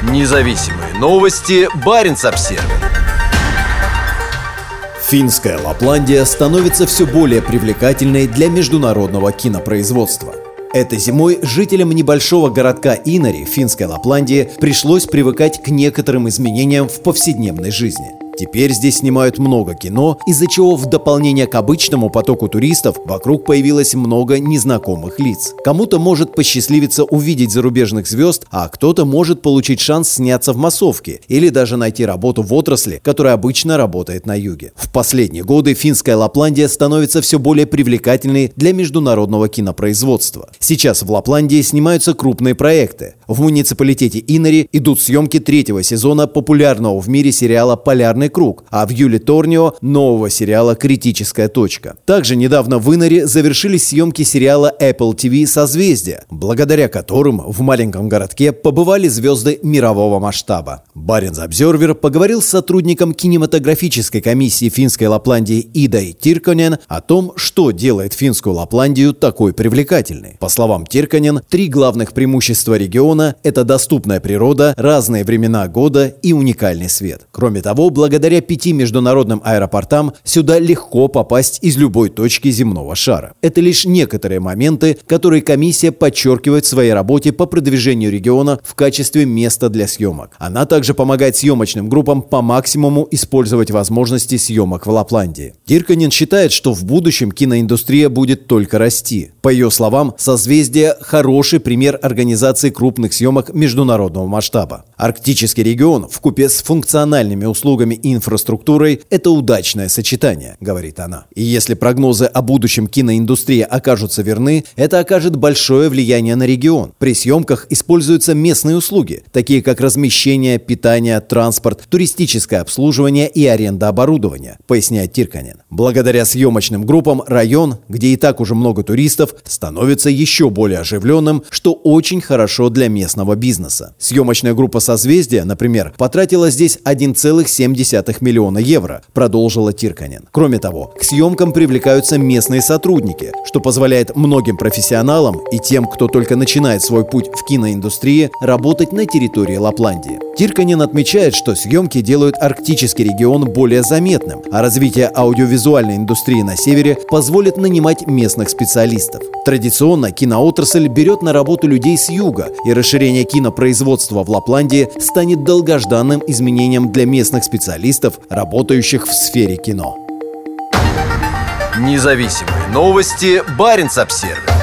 Независимые новости. Баренц-Обсервер. Финская Лапландия становится все более привлекательной для международного кинопроизводства. Этой зимой жителям небольшого городка Инари в Финской Лапландии пришлось привыкать к некоторым изменениям в повседневной жизни. Теперь здесь снимают много кино, из-за чего в дополнение к обычному потоку туристов вокруг появилось много незнакомых лиц. Кому-то может посчастливиться увидеть зарубежных звезд, а кто-то может получить шанс сняться в массовке или даже найти работу в отрасли, которая обычно работает на юге. В последние годы Финская Лапландия становится все более привлекательной для международного кинопроизводства. Сейчас в Лапландии снимаются крупные проекты. В муниципалитете Инари идут съемки третьего сезона популярного в мире сериала «Полярный круг», а в Юли-Торнио нового сериала «Критическая точка». Также недавно в Инари завершились съемки сериала Apple TV «Созвездие», благодаря которым в маленьком городке побывали звезды мирового масштаба. Баренц-Обсервер поговорил с сотрудником кинематографической комиссии Финской Лапландии Идой Тирконен о том, что делает Финскую Лапландию такой привлекательной. По словам Тирконен, 3 главных преимущества региона – это доступная природа, разные времена года и уникальный свет. Кроме того, благодаря 5 международным аэропортам сюда легко попасть из любой точки земного шара. Это лишь некоторые моменты, которые комиссия подчеркивает в своей работе по продвижению региона в качестве места для съемок. Она также помогает съемочным группам по максимуму использовать возможности съемок в Лапландии. Тирконен считает, что в будущем киноиндустрия будет только расти. По ее словам, «Созвездие» – хороший пример организации крупных съемок международного масштаба. Арктический регион вкупе с функциональными услугами и инфраструктурой – это удачное сочетание, говорит она. И если прогнозы о будущем киноиндустрии окажутся верны, это окажет большое влияние на регион. При съемках используются местные услуги, такие как размещение, питание, транспорт, туристическое обслуживание и аренда оборудования, поясняет Тирконен. Благодаря съемочным группам район, где и так уже много туристов, становится еще более оживленным, что очень хорошо для местного бизнеса. Съемочная группа «Созвездие», например, потратила здесь 1,7 миллиона евро, продолжила Тирконен. Кроме того, к съемкам привлекаются местные сотрудники, что позволяет многим профессионалам и тем, кто только начинает свой путь в киноиндустрии, работать на территории Лапландии. Тирконен отмечает, что съемки делают арктический регион более заметным, а развитие аудиовизуальной индустрии на севере позволит нанимать местных специалистов. Традиционно киноотрасль берет на работу людей с юга, и расширение кинопроизводства в Лапландии станет долгожданным изменением для местных специалистов, работающих в сфере кино. Независимые новости. Баренц-Обсервер.